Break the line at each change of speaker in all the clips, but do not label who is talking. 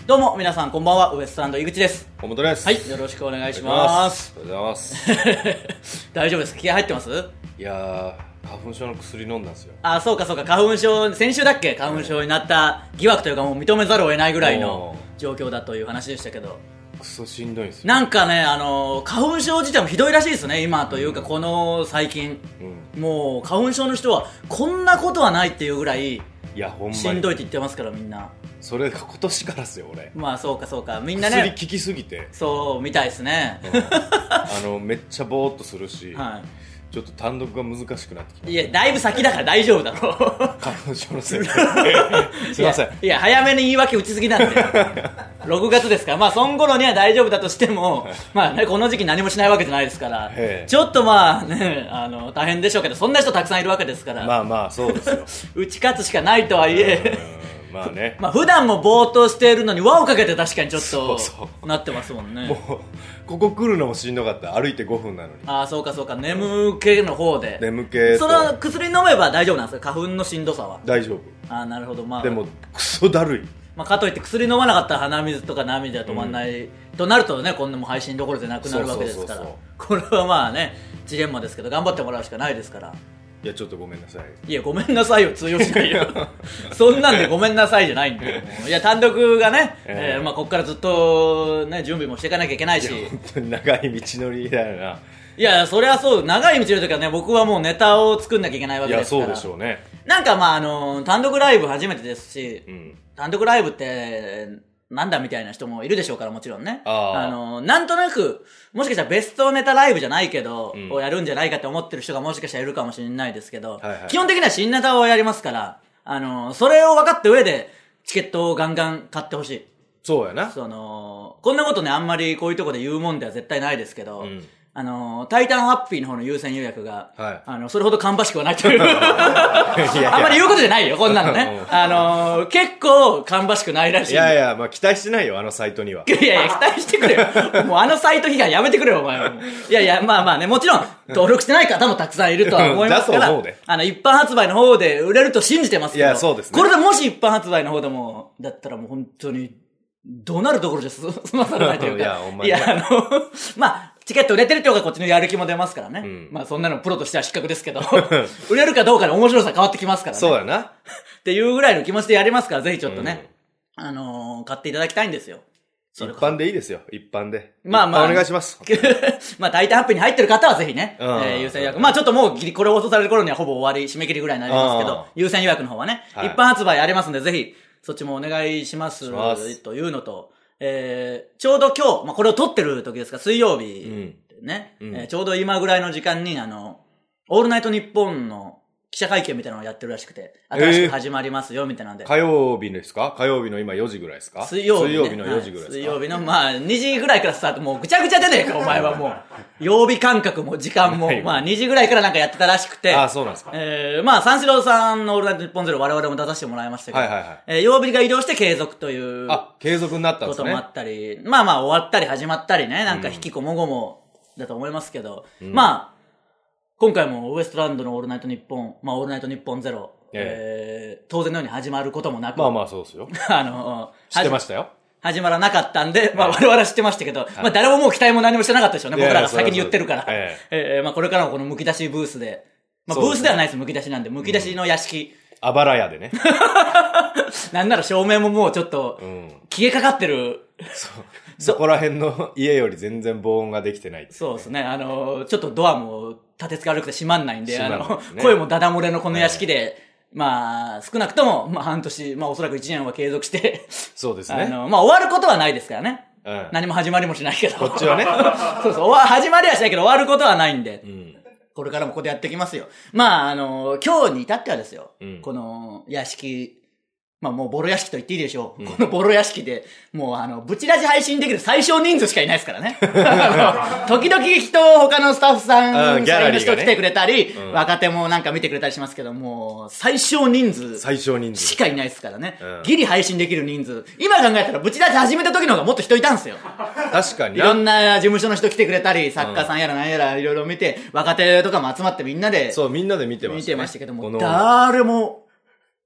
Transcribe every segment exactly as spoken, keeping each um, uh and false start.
どうも皆さんこんばんは、ウエストランド井口です。
小本です。
はい、よろしくお願いします。
おはようございます。
大丈夫ですか？気合入ってます？
いやー、花粉症の薬飲んだんですよ。
あ、そうかそうか、花粉症、先週だっけ、花粉症になった疑惑というかもう認めざるを得ないぐらいの状況だという話でしたけど、
クソしんどいんですよ。
なんかね、あの花粉症自体もひどいらしいですね、今というかこの最近、うん、もう花粉症の人はこんなことはないっていうぐらい、い
やほんまに
しんどいって言ってますから、みんな。そ
れが今年からですよ、俺。
まあそうかそうか、みんなね、
薬効きすぎて、
そうみたいですね、
うん、あのめっちゃボーっとするし、
はい、
ちょっと単独が難しくなってきました。
いや、だいぶ先だから大丈夫だろう。
花粉症のせいですいません。
いや、いや早めに言い訳打ちすぎなんでろくがつですから、まあそん頃には大丈夫だとしてもまあね、この時期何もしないわけじゃないですから、ちょっとまあね、あの大変でしょうけど、そんな人たくさんいるわけですから、
まあまあそうですよ
打ち勝つしかないとはいえ、
まあね、
まあ普段もぼーっとしているのに輪をかけて確かにちょっとそうそうなってますもんね。
もうここ来るのもしんどかった。歩いてごふんなのに。
ああ、そうかそうか、眠気の方で。
眠気。
その薬飲めば大丈夫なんですか？花粉のしんどさは。
大丈夫。
ああ、なるほど。まあ
でもクソだるい。
まあ、かといって薬飲まなかったら鼻水とか涙で止まんない、うん、となるとね、こんなも配信どころでなくなるわけですから、これはまあね、ジレンマですけど頑張ってもらうしかないですから。
いや、ちょっとごめんなさい。
いや、ごめんなさいよ通用しないよそんなんでごめんなさいじゃないんだよ。いや、単独がね、えーえーまあ、ここからずっと、ね、準備もしていかなきゃいけないし、いや
本当に長い道のりだよな。
いや、それはそう、長い道のりとかね、僕はもうネタを作んなきゃいけないわけですから。
いや、そうでしょうね。
なんかまあ、あの単独ライブ初めてですし、うん、単独ライブってなんだみたいな人もいるでしょうから、もちろんね。あ, あのなんとなくもしかしたらベストネタライブじゃないけど、うん、をやるんじゃないかって思ってる人がもしかしたらいるかもしれないですけど、はいはい、基本的には新ネタをやりますから、あのそれを分かった上でチケットをガンガン買ってほしい。
そうやな。
そのこんなことね、あんまりこういうとこで言うもんでは絶対ないですけど、うん、あのタイタンハッピーの方の優先予約が、はい、あのそれほど芳しくはないというあんまり言うことじゃないよ、こんなのねあの結構芳しくないらしい。
いやいや、まあ、期待してないよ、あのサイトには。
いやいや、期待してくれよもうあのサイト批判やめてくれよ、お前は。いやいや、まあまあね、もちろん登録してない方もたくさんいるとは思いますからあの一般発売の方で売れると信じてますけど、いや、そうですね、これでもし一般発売の方でもだったらもう本当にどうなるところじゃ済まされないというかいや、ほんまに。いや、あのまあチケット売れてるっていうかこっちのやる気も出ますからね。うん、まあそんなのプロとしては失格ですけど売れるかどうかで面白さ変わってきますからね。
そうやな
っていうぐらいの気持ちでやりますから、ぜひちょっとね、うん、あのー、買っていただきたいんですよ。
一般でいいですよ、一般で。
まあまあ。
お願いします。
まあ、タイタンハッピーに入ってる方はぜひね、えー、優先予約。まあちょっともう、これを放送される頃にはほぼ終わり、締め切りぐらいになりますけど、優先予約の方はね、はい、一般発売ありますんで、ぜひ、そっちもお願いします。というのと、えー、ちょうど今日、まあこれを撮ってる時ですか、水曜日ね、うんうん、えー、ちょうど今ぐらいの時間に、あの、オールナイトニッポンの記者会見みたいなのをやってるらしくて、新しく始まりますよ、みたいなんで。
えー、火曜日ですか？火曜日の今よじぐらいですか？
水曜日、ね。
水曜日のよじぐらいですか？はい、
水曜日の、まあ、にじぐらいからスタート、もうぐちゃぐちゃでねえか、お前はもう。曜日感覚も時間も、まあ、にじぐらいからなんかやってたらしくて。
ああ、そうなんですか。
えー、まあ、三四郎さんのオールナイトニッポンゼロ我々も出させてもらいましたけど、はいはいはい。えー、曜日が移動して継続という。
あ、継続になったんですね。
こともあったり、まあまあ、終わったり始まったりね、なんか引きこもごもだと思いますけど、うん、まあ、今回もウエストランドのオールナイトニッポン、まあオールナイトニッポンゼロ、えー、えー、当然のように始まることもなく。
まあまあそうですよ。
あの、
知ってましたよ。
始まらなかったんで、まあ我々は知ってましたけど、はい、まあ誰ももう期待も何もしてなかったでしょうね。僕らが先に言ってるから。えー、えー、まあこれからもこの剥き出しブースで、まあブースではないです、剥き出しなんで、剥き出しの屋敷。
あばら屋でね。
なんなら照明ももうちょっと、消えかかってる。
そう。そこら辺の家より全然防音ができてない、ね。
そうですね。あの、ちょっとドアも立てつか悪くて閉まんないんで、あの、声もダダ漏れのこの屋敷で、まあ、少なくとも、まあ半年、まあおそらくいちねんは継続して、
そうですね。
あの、まあ終わることはないですからね。うん、何も始まりもしないけど。
こっちはね。
そうそう、始まりはしないけど終わることはないんで。うん、これからもここでやっていきますよ。まあ、あの、今日に至ってはですよ。うん、この屋敷、まあもうボロ屋敷と言っていいでしょう。うん、このボロ屋敷で、もうあの、ブチラジ配信できる最小人数しかいないですからね。あの時々人、他のスタッフさん、ギャラリーの人来てくれたり、うん、若手もなんか見てくれたりしますけども、最小人数。
最小人数。
しかいないですからね。うん、ギリ配信できる人数。今考えたらブチラジ始めた時の方がもっと人いたんですよ。
確かに。
いろんな事務所の人来てくれたり、作家さんやら何やらいろいろ見て、若手とかも集まってみんなで。
そう、みんなで見てました、ね。
見てましたけども、誰も、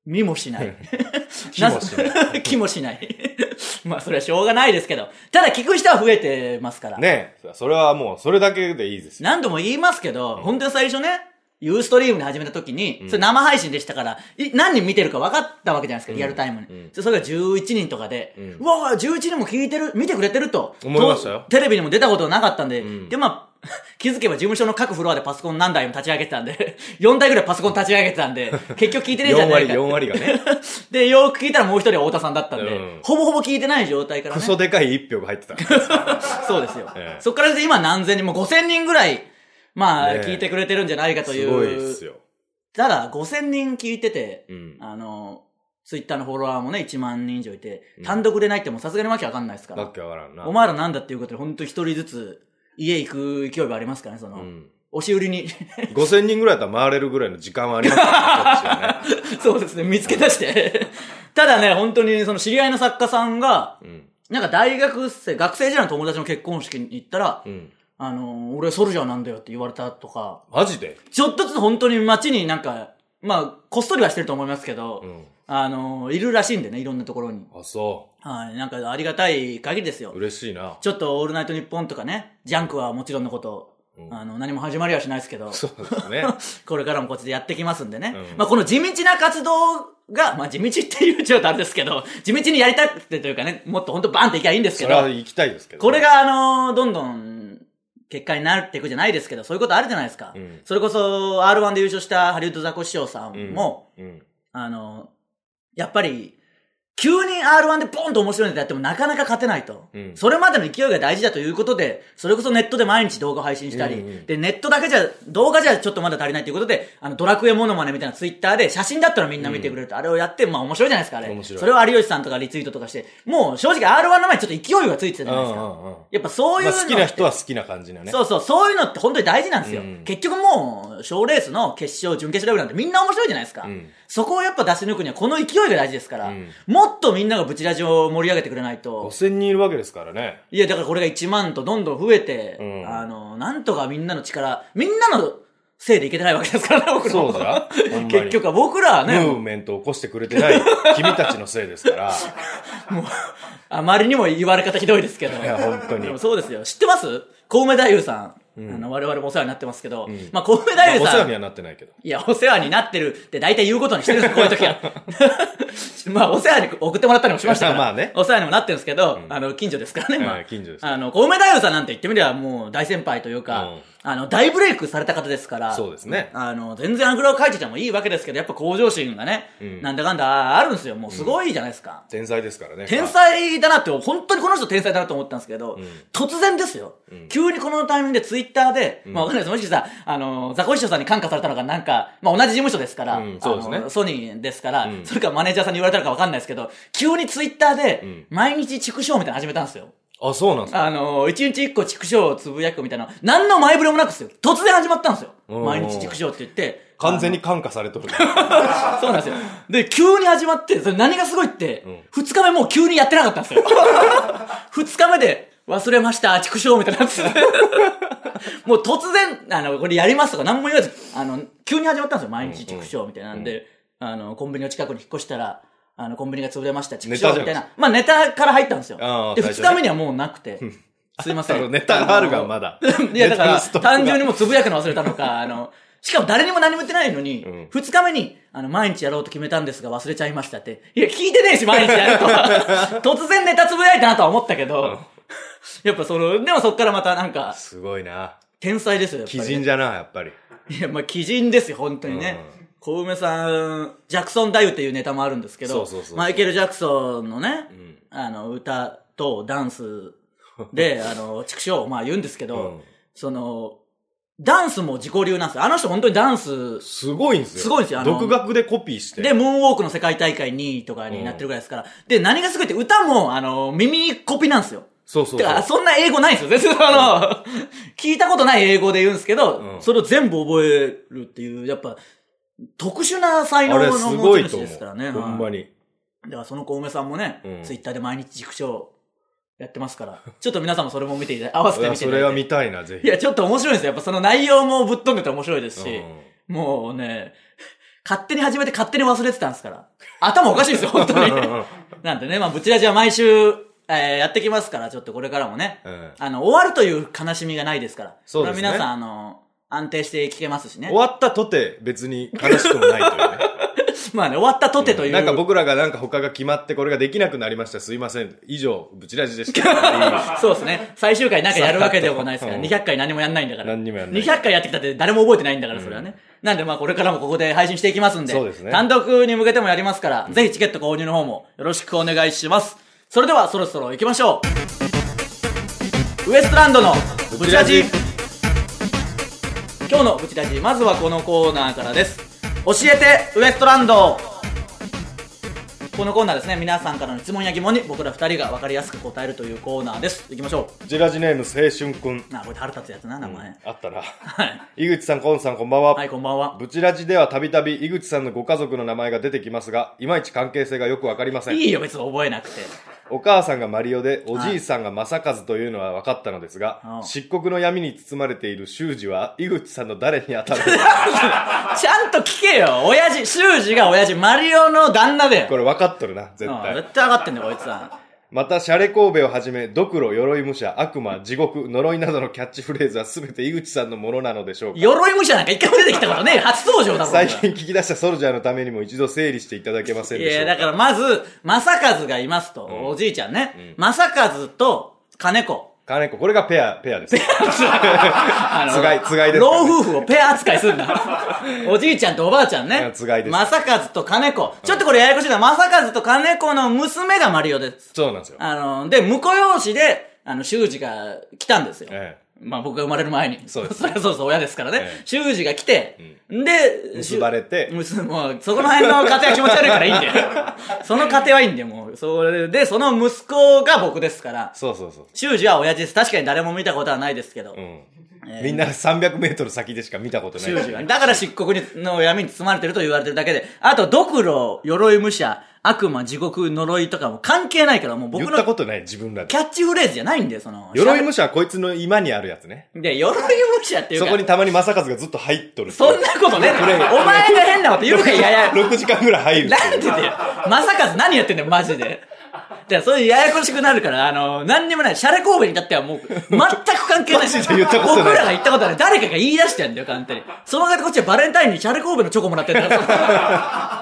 見もしない。
気もしない。
気もしない。まあそれはしょうがないですけど。ただ聞く人は増えてますから。
ねえ。それはもうそれだけでいいですよ。
何度も言いますけど、うん、本当に最初ね、ユーストリームで始めた時に、うん、それ生配信でしたから、何人見てるか分かったわけじゃないですか、うん、リアルタイムに。うん、それがじゅういちにんとかで、うん、うわぁ、じゅういちにんも聞いてる、見てくれてると。
思いましたよ。
テレビにも出たことなかったんで、うん、で、まあ、気づけば事務所の各フロアでパソコン何台も立ち上げてたんで、よんだいぐらいパソコン立ち上げてたんで、結局聞いてねえじゃないか。
よん割、よん割がね。
で、よく聞いたらもう一人は太田さんだったんで、うん、ほぼほぼ聞いてない状態からね。
クソでかい一票が入ってた。
そうですよ。ええ、そっからで今何千人もごせんにんぐらい、まあ、ね、聞いてくれてるんじゃないかという。
すごいですよ。
ただ、ごせんにん聞いてて、うん、あの、ツイッターのフォロワーもね、いちまんにん以上いて、うん、単独でないってもさすがにわけわかんないですから。
わけわからんな。
お前らなんだっていうことで、ほんと一人ずつ家行く勢いがありますからね、その、うん、押し売りに。
ごせんにんぐらいだったら回れるぐらいの時間はありますからね、ね。
そうですね、見つけ出して。ただね、本当にその知り合いの作家さんが、うん、なんか大学生、学生時代の友達の結婚式に行ったら、うんあの、俺ソルジャーなんだよって言われたとか。
マジで？
ちょっとずつ本当に街になんか、まあ、こっそりはしてると思いますけど、うん、あの、いるらしいんでね、いろんなところに。
あ、そう。
はい、なんかありがたい限りですよ。
嬉しいな。
ちょっとオールナイトニッポンとかね、ジャンクはもちろんのこと、うん、あの、何も始まりはしないですけど。
そうですね。
これからもこっちでやってきますんでね。うん、まあ、この地道な活動が、まあ、地道って言うちゃうとあれですけど、地道にやりたくてというかね、もっと本当バーンっていきゃいいんですけど。
それは行きたいですけど、ね。
これがあの、どんどん、結果になっていくじゃないですけど、そういうことあるじゃないですか。うん、それこそ アールワン で優勝したハリウッドザコシショウさんも、うんうん、あの、やっぱり、急に アールワン でポンと面白いネタやってもなかなか勝てないと、うん。それまでの勢いが大事だということで、それこそネットで毎日動画配信したり、うんうん、で、ネットだけじゃ、動画じゃちょっとまだ足りないということで、あの、ドラクエモノマネみたいなツイッターで写真だったらみんな見てくれると、うん、あれをやって、まあ面白いじゃないですか、あれ。面白い。それを有吉さんとかリツイートとかして、もう正直 アールワン の前にちょっと勢いがついてたじゃないですか。うんうんうん、やっぱそういうの、まあ、
好きな人は好きな感じのね。
そうそう、そういうのって本当に大事なんですよ。うん、結局もう、賞レースの決勝、準決勝レベルなんてみんな面白いじゃないですか。うん、そこをやっぱ出し抜くにはこの勢いが大事ですから、うん、もっとみんながブチラジオを盛り上げてくれないと。
ごせんにんいるわけですからね。
いや、だからこれがいちまんとどんどん増えて、うん、あの、なんとかみんなの力、みんなのせいでいけてないわけですからね、僕ら。
そうだ。
結局は僕らはね。
ムーブメントを起こしてくれてない君たちのせいですから。
もう、あまりにも言われ方ひどいですけど。
いや、本当に。
でもそうですよ。知ってます？小梅太夫さん。うん、あの我々もお世話になってますけど、うん、まあ小梅太夫さん、まあ、
お世話にはなってないけど。
いや、お世話になってるって大体言うことにしてるんです、こういう時は。まあお世話に送ってもらったりもしましたから。まあね。お世話にもなってるんですけど、うん、あの、近所ですからね。まあ、
近所です。
あの、小梅太夫さんなんて言ってみればもう大先輩というか、うん、あの、大ブレイクされた方ですから。
そうですね。
あの、全然あぐらをかいててもいいわけですけど、やっぱ向上心がね、うん、なんだかんだあるんですよ。もうすごいじゃないですか。
うん、天才ですからね。
天才だなって、本当にこの人天才だなと思ったんですけど、うん、突然ですよ。うん、急にこのタイミングでツイッターで、うん、まあわかんないです。もしかしたら、あの、ザコシショウさんに感化されたのがなんか、まあ同じ事務所ですから、うん、そうですね。ソニーですから、うん、それからマネージャーさんに言われたのかわかんないですけど、急にツイッターで、毎日畜生みたいなの始めたんですよ。
あ、そうなんですか。
あの、一日一個畜生をつぶやくみたいな、何の前触れもなくですよ。突然始まったんですよ。毎日畜生って言って。
完全に感化されとる。
そうなんですよ。で、急に始まって、それ何がすごいって、うん、二日目もう急にやってなかったんですよ。二日目で、忘れました、畜生みたいなやつ。もう突然、あの、これやりますとか何も言わず、あの、急に始まったんですよ。毎日畜生みたいなんで、うんうん、あの、コンビニの近くに引っ越したら、あの、コンビニが潰れました、畜生みたいな。まあネタから入ったんですよ。で、二日目にはもうなくて。すいません。
ネタがあるがまだ。
いや、だから、単純にもうつぶやくの忘れたのか、あの、しかも誰にも何も言ってないのに、二、うん、日目に、あの、毎日やろうと決めたんですが忘れちゃいましたって。いや、聞いてねえし、毎日やるとは。突然ネタつぶやいたなとは思ったけど、うん、やっぱその、でもそっからまたなんか、
すごいな。
天才ですよ、やっぱり。
鬼人じゃな、やっぱり。
いや、まあ、鬼人ですよ、本当にね。うん、小梅さん、ジャクソンダイブっていうネタもあるんですけど、そうそうそうマイケル・ジャクソンのね、うん、あの、歌とダンスで、あの、畜生をまあ言うんですけど、うん、その、ダンスも自己流なんですよ。あの人本当にダンス。
すごいんですよ。
すごいんですよ。あの
独学でコピーして。
で、ムーンウォークの世界大会にいとかになってるぐらいですから。うん、で、何がすごいって歌も、あの、耳コピなんですよ。
そうそうそう。
だから、そんな英語ないんですよ。全然あの、うん、聞いたことない英語で言うんですけど、うん、それを全部覚えるっていう、やっぱ、特殊な才能の持ち主ですからね。
ほんまに。
だからその小梅さんもね、うん、ツイッターで毎日畜生やってますから、ちょっと皆さんもそれも見ていただいて、合わせて見ていただいて。
それは見たいな、ぜひ。
いや、ちょっと面白いですよ。やっぱその内容もぶっ飛んでて面白いですし、うん、もうね、 勝手に始めて勝手に忘れてたんですから。頭おかしいですよ、本当に。なんでね、まあ、ブチラジは毎週、えー、やってきますから、ちょっとこれからもね、うん、あの、終わるという悲しみがないですから。そうですね。皆さん、あの、安定して聞けますしね。
終わったとて別に悲しくもないというね。
まあね、終わったとてという、うん。
なんか僕らがなんか他が決まってこれができなくなりました。すいません。以上、ブチラジでした。
そうですね。最終回なんかやるわけでもないですから。にひゃっかい何もやんないんだから。
何にもやんない。
にひゃっかいやってきたって誰も覚えてないんだから、それはね。うん、なんでまあこれからもここで配信していきますんで。そうですね。単独に向けてもやりますから、うん、ぜひチケット購入の方もよろしくお願いします。それではそろそろ行きましょう。ウエストランドのブチラジ。今日のブチラジ、まずはこのコーナーからです。教えてウエストランド。このコーナーですね、皆さんからの質問や疑問に僕らふたりが分かりやすく答えるというコーナーです。行きましょう。
ブチラジネーム青春くん。
あ、これ腹立つやつな、名前、うん、
あったな。はい。井口さん、コンさん、こんばんは。
はい、こんばんは。
ブチラジではたびたび井口さんのご家族の名前が出てきますが、いまいち関係性がよく分かりません。
いいよ、別に覚えなくて。
お母さんがマリオで、おじいさんが正和というのは分かったのですが、はい、漆黒の闇に包まれている修二は井口さんの誰に当たるのですか？
ちゃんと聞けよ。親父、修二が親父、マリオの旦那だよ。
これ分かっとるな、絶対。
絶対分かってんだよ、こいつは。
また、シャレ神戸をはじめ、ドクロ、鎧武者、悪魔、地獄、呪いなどのキャッチフレーズはすべて井口さんのものなのでしょうか？
鎧武者なんか一回も出てきたことねえ。初登場だもん。
最近聞き出したソルジャーのためにも一度整理していただけませんでしょうか？
いや、だからまず、正和がいますと、うん、おじいちゃんね。うん、正和と金子。
金子、これがペア、ペアです。ペアつがい、つがいです、ね。
老夫婦をペア扱いするんだ。おじいちゃんとおばあちゃんね。
つがいです。
正和と金子。ちょっとこれややこしいな。正和と金子の娘がマリオです。
そうなんですよ。
あの、で、婿養子で、あの、修二が来たんですよ。ええ、まあ僕が生まれる前に。そうです、ね。そりゃそうそう、親ですからね。ええ、修二が来て、うん、で、
結ばれて。
結もう、そこの辺の家庭は気持ち悪いからいいんだよ。その家庭はいいんだよ、もう。それで、その息子が僕ですから。
そうそうそう。
修二は親父です。確かに誰も見たことはないですけど。うん。
えー、みんなさんびゃくメートル先でしか見たことない。
修二は。だから漆黒の闇に包まれてると言われてるだけで。あと、ドクロ、鎧武者、悪魔、地獄、呪いとかも関係ないから、もう僕の。
言ったことない、自分らで。
キャッチフレーズじゃないんだよ、その。
鎧武者はこいつの今にあるやつね。
で、鎧武者っていうか。
そこにたまに正和がずっと入っとる。
そんなことね。お前が変なこと言うか、いやいや。
ろくじかんぐらい入る。
なんでだよ。正和何やってんだよ、マジで。で、そういうややこしくなるから、あの、何にもない。シャレ神戸に至ってはもう、全く関係ない。
マジで言ったことない。
僕らが言ったことない。誰かが言い出してんだよ、簡単に。その間こっちはバレンタインにシャレ神戸のチョコもらってんだから、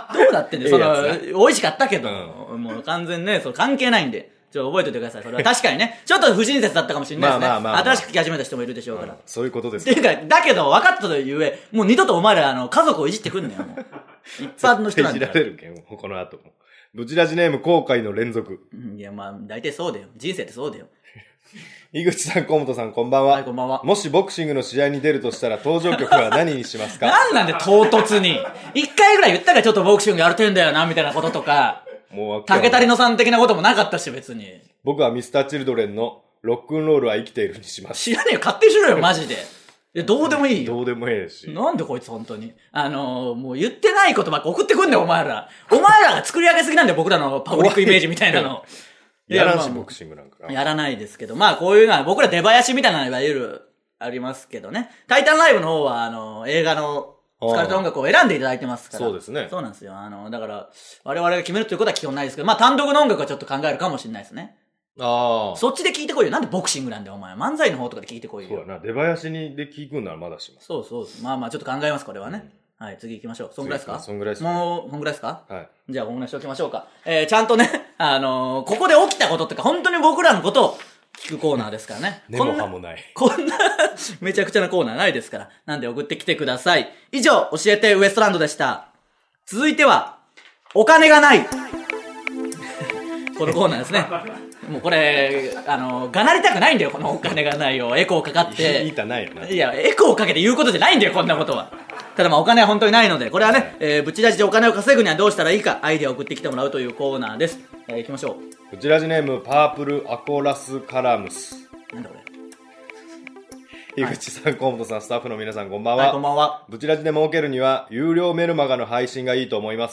どうなってんだよ、その、美味しかったけど、うん、もう完全ね、その関係ないんで。ちょっと覚えておいてください。それは確かにね、ちょっと不親切だったかもしれないですね。まあまあまあまあ、新しく聞き始めた人もいるでしょうから。うん、
そういうことです
か。っていうか、だけど分かったというえ、もう二度とお前ら、あの、家族をいじってくんねよ、もう。一般の人なんだよ。
いじられるけん、この後も。ブチラジネーム後悔の連続。
いや、まあ、大体そうだよ。人生ってそうだよ。
井口さん、河本さん、こんばんは。
はい、こんばんは。
もしボクシングの試合に出るとしたら登場曲は何にしますか？
なんなんで唐突に。一回ぐらい言ったからちょっとボクシングやるてんだよな、みたいなこととか。もう、竹谷野さん的なこともなかったし、別に。
僕はミスターチルドレンのロックンロールは生きているにします。
知らねえよ、勝手にしろよ、マジで。いや、どうでもいいよ。
どうでもいいし。
なんでこいつ本当に。あのー、もう言ってないことばっか送ってくんだよ、お前ら。お前らが作り上げすぎなんだよ、僕らのパブリックイメージみたいなの。
やらんし、ボクシングなんか。
やらないですけど、まあこういうのは、僕ら出囃子みたいなのいわゆる、ありますけどね。タイタンライブの方は、あの、映画の、疲れた音楽を選んでいただいてますから。
そうですね。
そうなんですよ。あの、だから、我々が決めるということは基本ないですけど、まあ単独の音楽はちょっと考えるかもしれないですね。ああ。そっちで聞いてこいよ。なんでボクシングなんだよ、お前。漫才の方とかで聞いてこいよ。
そうだな。出囃子にで聞くんならまだします。
そうそう。まあまあ、ちょっと考えます、これはね。うん、はい、次行きましょう。そんぐらいですか？
そんぐらいです
か。もう、そんぐらいですか？
はい。
じゃあ、こんぐらいしておきましょうか。えー、ちゃんとね、あのー、ここで起きたことってか、本当に僕らのことを聞くコーナーですからね。
根も葉もない。
こんな、めちゃくちゃなコーナーないですから。なんで送ってきてください。以上、教えてウエストランドでした。続いては、お金がない。このコーナーですね。もうこれ、あの、がなりたくないんだよ、このお金がないよ。エコーかかって。
言いたないよな。
いや、エコーかけて言うことじゃないんだよ、こんなことは。ただまあお金は本当にないので、これはね、えー、ブチラジでお金を稼ぐにはどうしたらいいか、アイデアを送ってきてもらうというコーナーです。えー、行きましょ
う。ブチラジネーム、パープルアコラスカラムス。
なんだこ
れ。井口さん、河本さん、スタッフの皆さん、こんばんは。
はい、こんばんは。
ブチラジで儲けるには、有料メルマガの配信がいいと思います。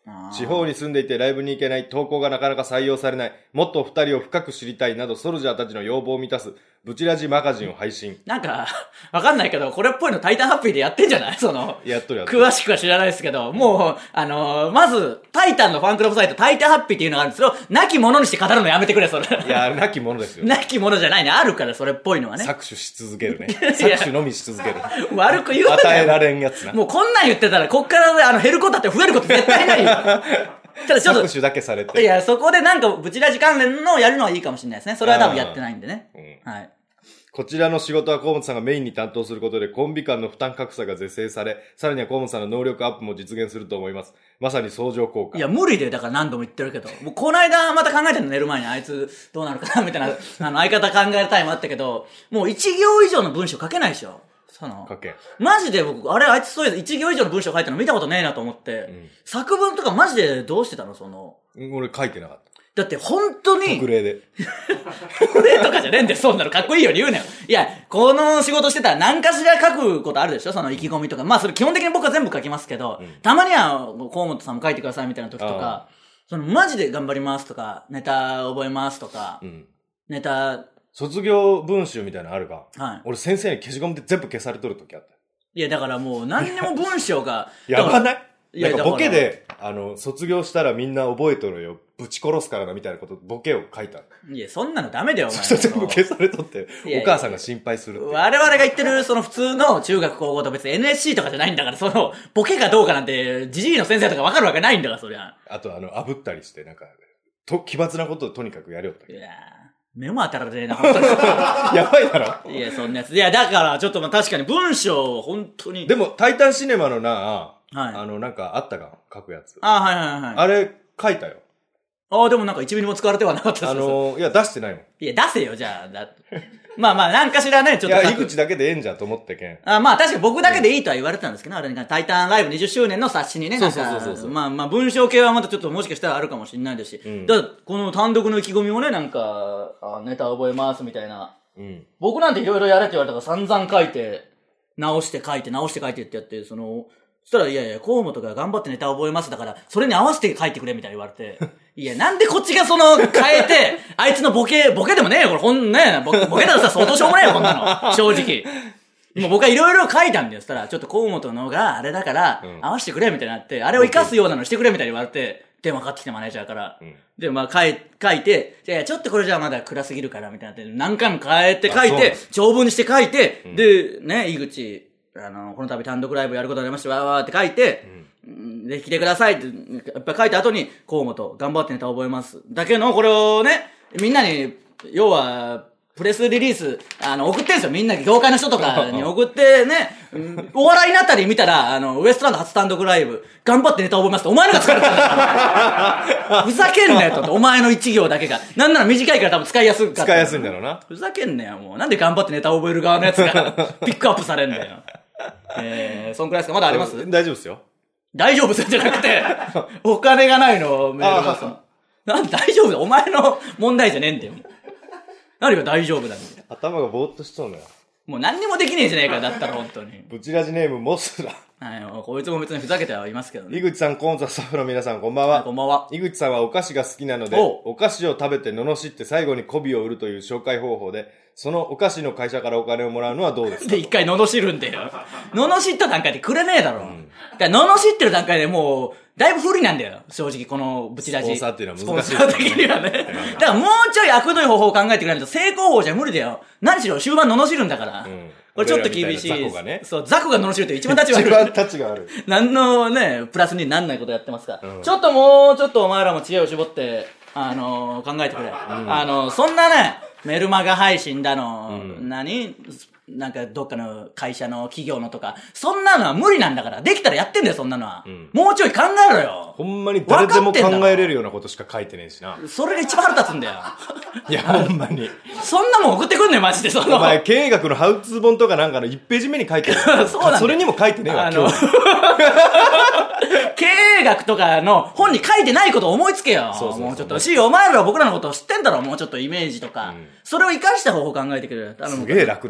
地方に住んでいてライブに行けない、投稿がなかなか採用されない、もっと二人を深く知りたいなどソルジャーたちの要望を満たすブチラジマガジンを配信。
なんかわかんないけどこれっぽいのタイタンハッピーでやってんじゃない？その
やっとるやっとる。
詳しくは知らないですけど、もうあのー、まずタイタンのファンクラブサイトタイタンハッピーっていうのがあるんですけど、なきものにして語るのやめてくれそれ。
いやなきものですよ。
なきものじゃないね、あるからそれっぽいのはね。
搾取し続けるね。搾取のみし続ける。
悪く言うなよ。
与えられんやつな。
もうこんなん言ってたらこっからあの減ることだって増えること絶対ないよ。ただちょっと
搾取だけされて。
いやそこでなんかブチラジ関連のをやるのはいいかもしれないですね。それは多分やってないんでね。うん、はい。
こちらの仕事は河本さんがメインに担当することでコンビ間の負担格差が是正され、さらには河本さんの能力アップも実現すると思います。まさに相乗効果。
いや無理でだから何度も言ってるけど、もうこの間また考えてるの寝る前にあいつどうなるかなみたいなあの相方考えるタイムあったけど、もう一行以上の文章書けないでしょ。その
書けん。
マジで僕あれあいつそういう一行以上の文章書いたの見たことねえなと思って、うん、作文とかマジでどうしてたのその。
俺書いてなかった。
だって本当に。
特例で。
特例とかじゃねえんだよ、そんなの。かっこいいように言うなよ。いや、この仕事してたら何かしら書くことあるでしょ、その意気込みとか。まあそれ基本的に僕は全部書きますけど、うん、たまには河本さんも書いてくださいみたいな時とか、そのマジで頑張りますとか、ネタ覚えますとか、うん、ネタ、
卒業文集みたいなのあるか。
はい。
俺先生に消しゴムで全部消されとる時あった。
いやだからもう何にも文章が。
やばない？いやなんかボケで、あの、卒業したらみんな覚えとるよ。ぶち殺すからなみたいなこと、ボケを書いた。
いや、そんなのダメだよ、お前。
そ全部消されとって、お母さんが心配するって。
我々が言ってる、その普通の中学高校と別に エヌエスシー とかじゃないんだから、その、ボケかどうかなんて、ジジイの先生とかわかるわけないんだから、そりゃ。
あと、あの、炙ったりして、なんか、と、奇抜なことをとにかくやるよって。
いや目も当たらねえな、本当に。
やばいだ
ろいや、そんなやつ。いや、だから、ちょっとまあ確かに文章、本当に。
でも、タイタンシネマのな、
はい、
あの、なんかあったか、書くやつ。
あ、はいはいはい。
あれ、書いたよ。
ああ、でもなんか一ミリも使われてはなかったです。
あのー、いや、出してないもん。
いや、出せよ、じゃあ。だまあまあ、なんかしらね、ちょっと。
いや、井口だけでええんじゃと思ってけん。
あまあ、確かに僕だけでいいとは言われてたんですけど、うん、あれに、タイタンライブにじゅっしゅうねんの冊子にね、なんか、そうそうそうそう。まあまあ、文章系はまたちょっともしかしたらあるかもしれないですし、うん、だから、この単独の意気込みもね、なんか、あネタ覚えますみたいな。うん、僕なんていろいろやれって言われたから散々書いて、直して書いて、直して書いてってやって、その、そしたら、いやいや、河本が頑張ってネタ覚えますだから、それに合わせて書いてくれみたいに言われて、いや、なんでこっちがその、変えて、あいつのボケ、ボケでもねえよ、これ、ほんね、ボケ、ボケだとさ、相当しょうもねえよ、こんなの。正直。もう僕はいろいろ書いたんだよ。そしたら、ちょっと河本のがあれだから、うん、合わせてくれみたいになって、あれを活かすようなのしてくれみたいに言われて、電話かかってきてマネージャーから。うん、で、まあ、書い、書いて、いやいや、ちょっとこれじゃまだ暗すぎるから、みたいなって、何回も変えて書いて、長文にして書いて、うん、で、ね、井口、あの、この度単独ライブやることになりまして、わーわーって書いて、うん、で、来てくださいって、やっぱり書いた後に、河本、頑張ってネタ覚えます。だけの、これをね、みんなに、要は、プレスリリース、あの、送ってんすよ。みんな、業界の人とかに送ってね、うん、お笑いになったり見たら、あの、ウエストランド初単独ライブ、頑張ってネタ覚えますって、お前のが使われてるんだふざけんなよと、お前の一行だけが。なんなら短いから多分使いやすかった。
使いやすいんだろうな。
ふざけんなよ、もう。なんで頑張ってネタ覚える側のやつが、ピックアップされんだよ。えー、そんくらいですか？まだあります？
大丈夫ですよ。
大丈夫ですじゃなくて、お金がないのメールがさ。なんで大丈夫だお前の問題じゃねえんだよ。何が大丈夫だみたいな。
頭がぼーっとしそうだよ。
もう何にもできねえじゃねえか、だったら本当に。
ブチラジネームモスだ。
はい、こいつも別にふざけてはいますけどね。
井口さん、コーンザスタッフの皆さん、こんばんは。
はい、こんばんは。
井口さんはお菓子が好きなので、お菓子を食べて罵って最後に媚びを売るという紹介方法で、そのお菓子の会社からお金をもらうのはどうですか？
で、一回罵るんだよ。罵った段階でくれねえだろ。うん、だから罵ってる段階でもう、だいぶ不利なんだよ。正直、このブチラジ。
スポンサーっていうのは難しい、
ね。スポンサー的にはね。だからもうちょい悪どい方法を考えてくれないと成功法じゃ無理だよ。何しろ終盤罵るんだから。うん、これちょっと厳しい。
ザコがね。
そう、ザコが罵るって一番立ち悪い。
一番立ちが悪い。
何のね、プラスになんないことやってますから。うん、ちょっともうちょっとお前らも知恵を絞って、あのー、考えてくれ。うん、あのー、そんなね、メルマガ配信だの、うん、何なんかどっかの会社の企業のとか、そんなのは無理なんだから。できたらやってんだよ、そんなのは。うん、もうちょい考えろよ。
ほんまに誰でも考えれるようなことしか書いてねえしな。
それが一番腹立つんだよ。
いや、ほんまに。
そんなもん送ってくんねん、マジで。その。
お前、経営学のハウツー本とかなんかのいちページ目に書いてる。
そうなんだ。
それにも書いてねえわ、今日。
経営学とかの本に書いてないことを思いつけよ。そうそうそうもうちょっと。し、お前らは僕らのことを知ってんだろ、もうちょっとイメージとか。うん、それを活かした方法を考えてくれる。
すげえ楽なやつな。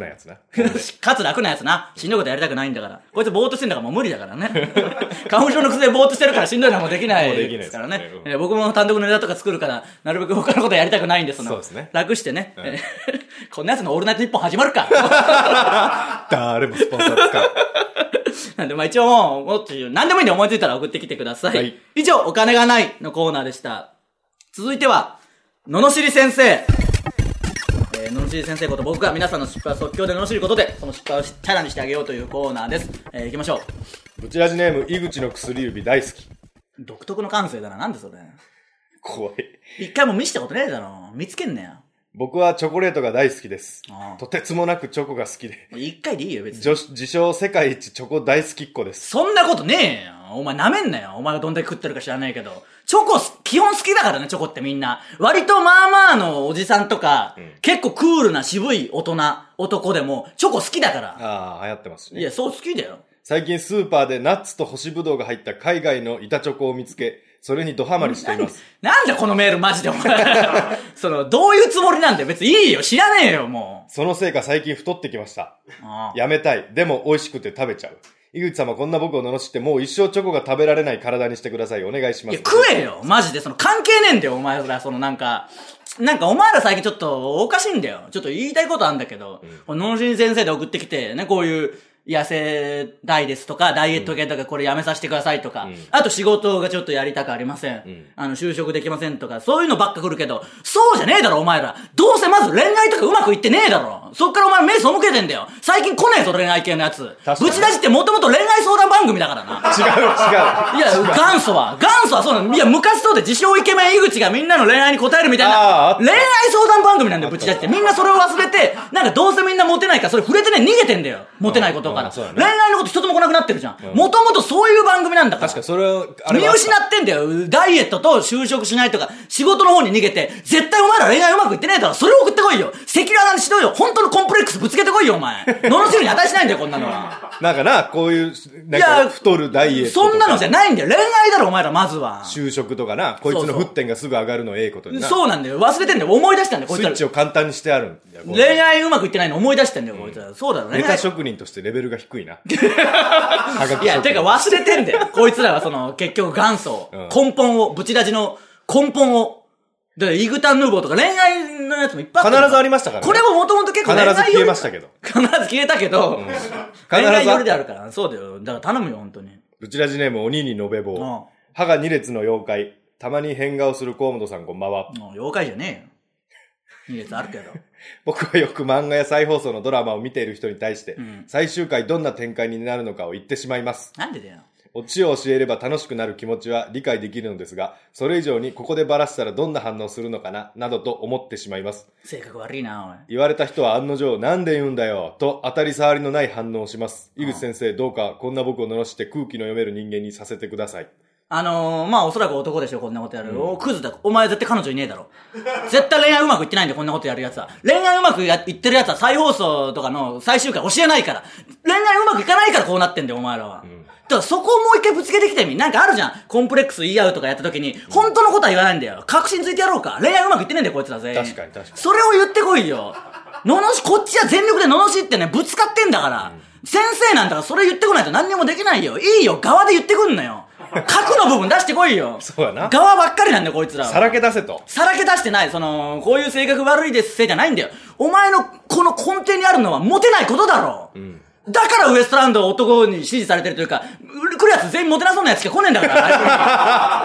かつ楽なやつな。しんどいことやりたくないんだから。こいつぼーっとしてんだからもう無理だからね。花粉症の薬でぼーっとしてるからしんどいのはもうできないですからね。ね僕も単独のネタとか作るから、なるべく他のことやりたくないんですの。
そうですね。
楽してね。うん、こんなやつのオールナイトニッポン始まるか。
誰もスポンサー使う。
なんでまあ一応もう、もっと何でもいいんで思いついたら送ってきてください。はい、以上、お金がないのコーナーでした。続いては、ののしり先生。えー、ののしり先生こと僕が皆さんの失敗を即興で罵ることで、その失敗をチャラにしてあげようというコーナーです。えー、行きましょ
う。ブチラジネーム、井口の薬指大好き。
独特の感性だな。なんでそれ。
怖い。
一回も見したことねえだろ。見つけんなよ。
僕はチョコレートが大好きです。ああとてつもなくチョコが好きで。
一回でいいよ別
に。自称世界一チョコ大好きっ子です。
そんなことねえよ。お前舐めんなよ。お前がどんだけ食ってるか知らないけど。チョコ、基本好きだからね、チョコってみんな。割とまあまあのおじさんとか、うん、結構クールな渋い大人、男でも、チョコ好きだから。
ああ、流行ってますね。
いや、そう好きだよ。
最近スーパーでナッツと干しぶどうが入った海外の板チョコを見つけ、それにドハマりしています。
な、なんでこのメールマジでお前。その、どういうつもりなんだよ。別にいいよ。知らねえよ、も
う。そのせいか最近太ってきました。ああやめたい。でも美味しくて食べちゃう。井口様こんな僕を罵ってもう一生チョコが食べられない体にしてください。お願いします。
いや、食えよ。マジで。その、関係ねえんだよ、お前ら。そのなんか、なんかお前ら最近ちょっとおかしいんだよ。ちょっと言いたいことあるんだけど、うん、こののしり先生で送ってきて、ね、こういう、痩せたいですとか、ダイエット系とかこれやめさせてくださいとか、うん、あと仕事がちょっとやりたくありません、うん。あの、就職できませんとか、そういうのばっか来るけど、そうじゃねえだろ、お前ら。どうせまず恋愛とかうまくいってねえだろ。そっからお前目背けてんだよ。最近来ねえぞ、恋愛系のやつ。ブチラジってもともと恋愛相談番組だからな。
違う、違う。
いや、元祖は、元祖はそうなの。いや、昔そうで自称イケメン井口がみんなの恋愛に答えるみたいな、恋愛相談番組なんだよ、ブチラジって。みんなそれを忘れて、なんかどうせみんなモテないからそれ触れてね、逃げてんだよ。モテないことから。うんうん、恋愛のこと一つも来なくなってるじゃん。もともとそういう番組なんだから。
確かにそれを、
あれ見失ってんだよ。ダイエットと就職しないとか、仕事の方に逃げて、絶対お前ら恋愛うまくいってねえだろ。それを送ってこいよ。赤裸々にしろよ。本当のコンプレックスぶつけてこいよ、お前。罵るに値しないんだよ、こんなのは。
なんかな、こういう、なんか太るダイエットとか。
そんなのじゃないんだよ。恋愛だろ、お前ら、まずは。
就職とかな、こいつの沸点がすぐ上がるのええことにな。
そうなんだよ。忘れてんだよ。思い出したんだよ、こいつら。
スイッチを簡単にしてあるんだよ。
恋愛うまくいってないの思い出したんだよ、こいつら。そうだろね。
ネタ職人としてレベルが低いな。
いや、てか忘れてんだよ。こいつらはその、結局元祖、うん、根本を、ブチラジの根本を、で、イグタンヌーボーとか恋愛のやつもいっぱいあった。
必ずありましたからね。
これももともと結構
恋愛必ず消えましたけど。
必ず消えたけど、うん、恋愛寄りであるから。そうだよ。だから頼むよ、本当に。
ブチラジネーム、鬼に延べ棒。歯が二列の妖怪。たまに変顔する河本さん、こんばんは。
妖怪じゃねえよ。二列あるけど。
僕はよく漫画や再放送のドラマを見ている人に対して、うん、最終回どんな展開になるのかを言ってしまいます。
なんでだよ。
オチを教えれば楽しくなる気持ちは理解できるのですが、それ以上にここでバラしたらどんな反応するのかな、などと思ってしまいます。
性格悪いな、おい。
言われた人は案の定、なんで言うんだよ、と当たり障りのない反応をします。井口先生、どうかこんな僕を罵して空気の読める人間にさせてください。
あのー、まあ、おそらく男でしょ、こんなことやる。うん、クズだ。お前絶対彼女いねえだろ。絶対恋愛うまくいってないんで、こんなことやるやつは。恋愛うまくいってるやつは再放送とかの最終回教えないから。恋愛うまくいかないからこうなってんだよ、お前らは。うん、だからそこをもう一回ぶつけてきてみ。なんかあるじゃん。コンプレックス言い合うとかやった時に、本当のことは言わないんだよ。確信ついてやろうか。恋愛うまくいってねえんだよ、こいつら全員。
確かに確かに。
それを言ってこいよ。ののし、こっちは全力でののしってね、ぶつかってんだから。うん、先生なんだからそれ言ってこないと何にもできないよ。いいよ、側で言ってくんなよ。核の部分出してこいよ。
そうやな。
側ばっかりなんだよ、こいつらは。
さらけ出せと。
さらけ出してない。その、こういう性格悪いですせいじゃないんだよ。お前のこの根底にあるのはモテないことだろ。うん。だからウエストランドは男に支持されてるというか、来るやつ全員モテなそうなやつしか来ねえんだから。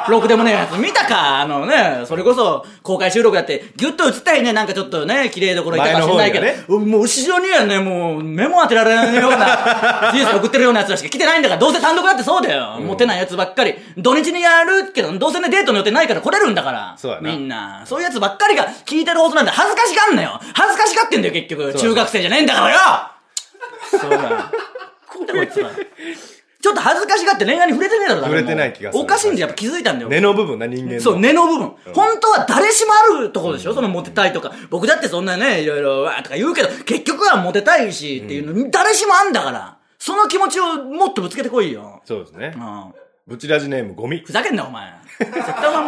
ろくでもねえやつ。見たかあのね、それこそ公開収録やって、ギュッと映ったりね、なんかちょっとね、綺麗どころいたかもしれないけど、ね、もう後ろにはね、もう目も当てられないような、人生送ってるようなやつらしか来てないんだから、どうせ単独だってそうだよ。うん、モテないやつばっかり。土日にやるけど、どうせね、デートの予定ないから来れるんだから。
そうやな。
みんな。そういうやつばっかりが聞いてる放送なんで恥ずかしがんなよ。恥ずかしがってんだよ、結局。中学生じゃねえんだからよ。そうだ。こいつらちょっと恥ずかしがって恋愛に触れてねえだろ。
触れてない気がする。
おかしいんでやっぱ気づいたんだよ。
根の部分な、人間の。
そう、根の部分。うん、本当は誰しもあるところでしょ、うん、そのモテたいとか。僕だってそんなね、いろいろ、わーとか言うけど、結局はモテたいしっていうの、うん、誰しもあんだから。その気持ちをもっとぶつけてこいよ。
そうですね。うん。ブチラジネームゴミ。
ふざけんな、お前。絶対お前も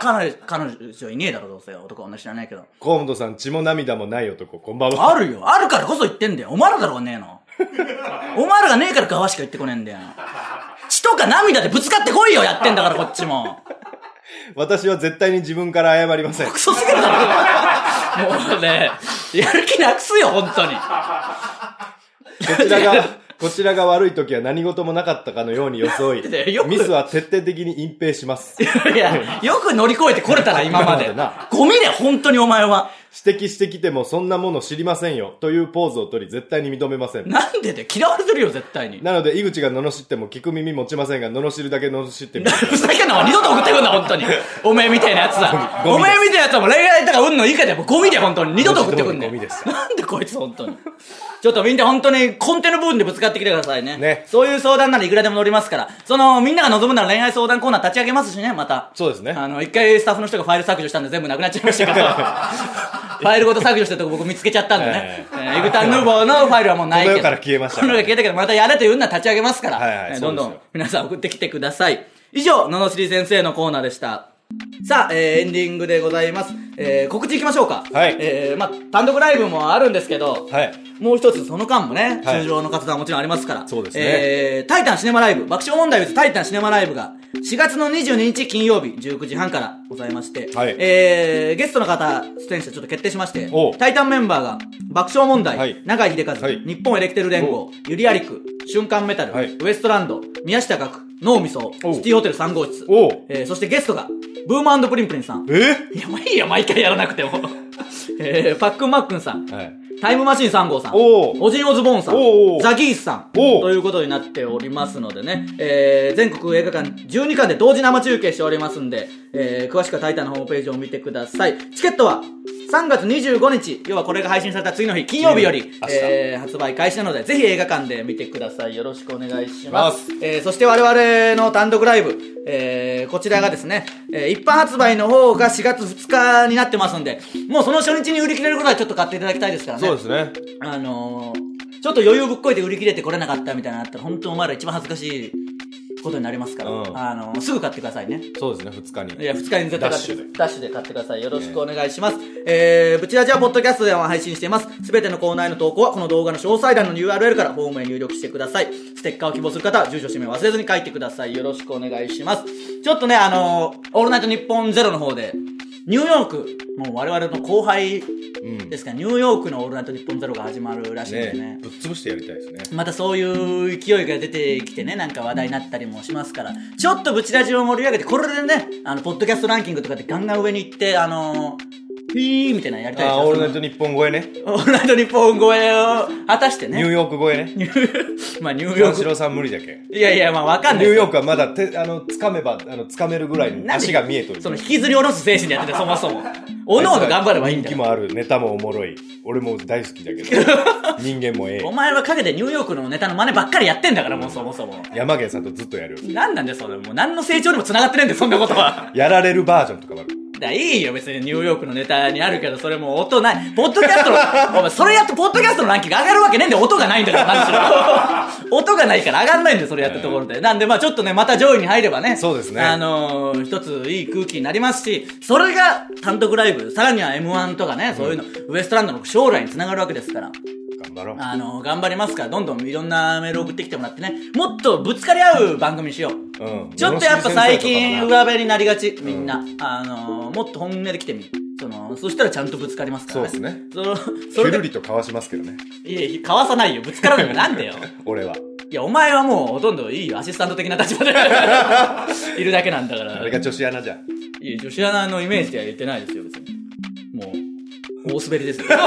彼女、彼女いねえだろ、どうせ。男は女知らないけど。
河本さん、血も涙もない男、こんばんは。
あるよ。あるからこそ言ってんだよ。お前らだろうねえの。お前らがねえから側しか言ってこねえんだよ。血とか涙でぶつかってこいよ、やってんだからこっちも。
私は絶対に自分から謝りません。
クソすぎるだろ。もうね、やる気なくすよ、本当に。
こちらが、こちらが悪い時は何事もなかったかのように装い、ミスは徹底的に隠蔽します。
いや、よく乗り越えてこれたな、今まで。ゴミで、本当にお前は。
指摘してきてもそんなもの知りませんよというポーズを取り絶対に認めません。
なんでで嫌われてるよ絶対に。
なので井口が罵っても聞く耳持ちませんが罵るだけ罵ってみて。
ふざけんな二度と送ってくんな本当に。おめえみたいなやつだ。おめえみたいなやつはもう恋愛とか運のいいかでもゴミで本当に二度と送ってくんね。
ゴミです。
なんでこいつ本当に。ちょっとみんな本当に根底の部分でぶつかってきてくださいね。
ね。
そういう相談ならいくらでも乗りますから。そのみんなが望むなら恋愛相談コーナー立ち上げますしねまた。
そうですね。
あの一回スタッフの人がファイル削除したんで全部なくなっちゃいましたけど。ファイルごと削除したとこ僕見つけちゃったんでね。エグタンヌーボーのファイルはもうないけど。
この世から消えました。
この世から消えたけど、またやれと言うんなら立ち上げますから。
はいはい、
どんどん皆さん送ってきてください。以上、ののしり先生のコーナーでした。さあ、えー、エンディングでございます。えー、告知いきましょうか。
はい。
えー、まあ、単独ライブもあるんですけど、
はい。
もう一つその間もね、
はい、
通常の活動はもちろんありますから。
そうですね。
えー、タイタンシネマライブ、爆笑問題 with タイタンシネマライブが、しがつのにじゅうににち金曜日じゅうくじはんからございまして、
はい、
えー、ゲストの方出演者ちょっと決定しまして、タイタンメンバーが爆笑問題、はい、永井秀和、はい、日本エレキテル連合、ゆりやりく、瞬間メタル、はい、ウエストランド、宮下岳、脳みそ、シティホテルさん号室、えー、そしてゲストがブーム&プリンプリンさん。
え
いやもういいよ毎回やらなくても、えー、パックンマックンさん、はい、タイムマシーンさん号さん、オジンオズボーンさん、ザギースさんということになっておりますのでね、えー、全国映画館じゅうにかんで同時生中継しておりますんで、えー、詳しくはタイタンのホームページを見てください。チケットはさんがつにじゅうごにち、要はこれが配信された次の日金曜日より、えー、発売開始なのでぜひ映画館で見てください。よろしくお願いします。えー、そして我々の単独ライブ、えー、こちらがですね、えー、一般発売の方がしがつふつかになってますんで、もうその初日に売り切れることはちょっと買っていただきたいですからね。
そうですね。
あのー、ちょっと余裕ぶっこいて売り切れてこれなかったみたいなのあったら本当お前ら一番恥ずかしいことになりますから、うん、あのー、すぐ買ってくださいね。
そうですね、ふつかに。
いや、ふつかに絶対買って、ダッシュで買ってください。よろしくお願いします。ね、えー、ブチラジはポッドキャストでは配信しています。すべてのコーナーへの投稿はこの動画の詳細欄の ユーアールエル からフォームへ入力してください。ステッカーを希望する方は住所氏名忘れずに書いてください。よろしくお願いします。ちょっとね、あのー、オールナイトニッポンゼロの方で、ニューヨーク、もう我々の後輩ですから、うん、ニューヨークのオールナイトニッポンゼロが始まるらしいんでね。
ね、ぶっ潰してやりたいですね。
またそういう勢いが出てきてね、なんか話題になったりもしますから、ちょっとブチラジを盛り上げて、これでね、あの、ポッドキャストランキングとかでガンガン上に行って、あのー、フィーみたいなのやりたいですよ。
あ、オールナイトニッポン超えね。
オールナイトニッポン超えを果たしてね。
ニューヨーク超えね。
まあニューヨーク。
三四郎さん無理だけ。
いやいや、まあわかんない。
ニューヨークはまだ手、あの、掴めば、あの、掴めるぐらいに足が見えとる。
その引きずり下ろす精神でやってて、そもそも。おのおの頑張ればいいんだよ。
人気もある、ネタもおもろい。俺も大好きだけど。人間もええ。
お前は陰でニューヨークのネタの真似ばっかりやってんだから、もうそもそも。
山源さんとずっとやる。
なんなんだよ、それ。もう何の成長にも繋がってねえんだよ、そんなことは。
やられるバージョンとかもある。
だいいよ別にニューヨークのネタにあるけどそれもう音ないポッドキャストのお前それやっとポッドキャストのランキング上がるわけねえんだよ音がないんだから何しろ音がないから上がんないんだよそれやったところでなんでまあちょっとねまた上位に入ればね
そうですね
あのー、一ついい空気になりますしそれが単独ライブさらには エムワン とかね、うん、そういうのウエストランドの将来につながるわけですから
頑張ろう
あのー、頑張りますからどんどんいろんなメール送ってきてもらってねもっとぶつかり合う番組しよう、うん、ちょっとやっぱ最近上辺になりがちみんな、うん、あのー、もっと本音で来てみそのそしたらちゃんとぶつかりますからね
そうですね
その
それでひるりとかわしますけどね
いやかわさないよぶつかるのよなんでよ
俺はい
やお前はもうほとんどいいよアシスタント的な立場でいるだけなんだから
あれが女子アナじゃん
いや女子アナのイメージでは言ってないですよ別にもう大滑りですよ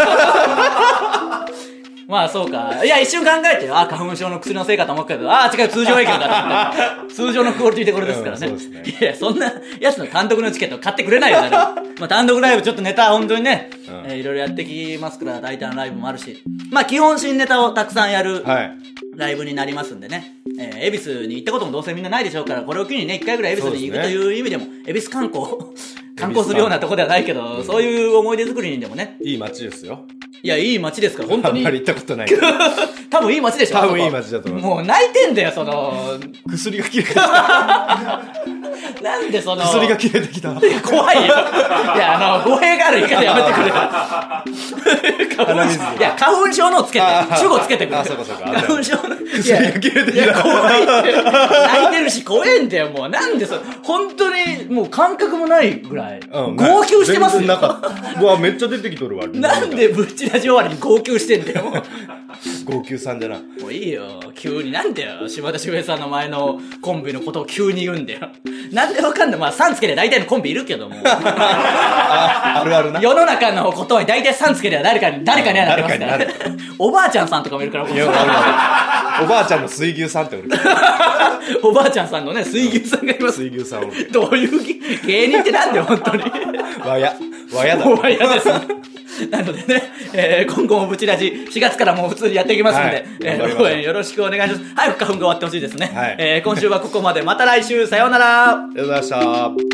まあそうか。いや、一瞬考えてよ。あ、花粉症の薬のせいかと思ったけど、あ、違う、通常営業だと思って。通常のクオリティでこれですからね。うん、そうですね。いや、そんなやつの単独のチケット買ってくれないよ、誰も。まあ単独ライブちょっとネタ本当にね、うんえー、いろいろやってきますから、大体のライブもあるし。まあ基本新ネタをたくさんやるライブになりますんでね。えー、恵比寿に行ったこともどうせみんなないでしょうから、これを機にね、一回ぐらい恵比寿に行くという意味でも、恵比寿観光観光するようなとこではないけど、うん、そういう思い出作りにでもね。
いい街ですよ。
いや、いい街ですから、本当に。
あんまり行ったことないけど。
多分いい街でしょ。
多分いい街だと思います。
もう泣いてんだよ、その、
薬が切れた。
なんでその。
薬が切れてきた。
怖いよ。いや、あの、語弊がある言い方やめてくれ。花水。いや、花粉症のつけて、主語つけてくれ。
あ、そうかそうか。
花粉症の。
薬が切れてきた。
いや、怖いって。泣いてるし、怖えんだよ、もう。なんでそ、本当に、もう感覚もないぐらい。うん、号泣してますよ。
なかった。うわ、めっちゃ出てきとるわ。
なんでブッチラジ終わりに号泣してんだよ、もう。
号泣さんじゃな。
もういいよ。急になんだよ。柴田秀平さんの前のコンビのことを急に言うんだよ。なんでわかんない。まあ、さんつけで大体のコンビいるけども。
あ, あるあるな。
世の中のことに大体さんつけでは誰かに、誰かにはなってますから。おばあちゃんさんとかもいるから。いや、
おばあちゃんの水牛さんっておる。
おばあちゃんさんのね、水牛さんがいます。
水牛さんおる。
どういう芸人ってなんだよ、本当に。
わや。わやだ。
わやです。なのでね、えー、今後もブチラジしがつからもう普通にやっていきますので、はい、えー、応援よろしくお願いします。早く花粉が終わってほしいですね。はい、えー、今週はここまで。また来週、さようなら。
ありがとうございました。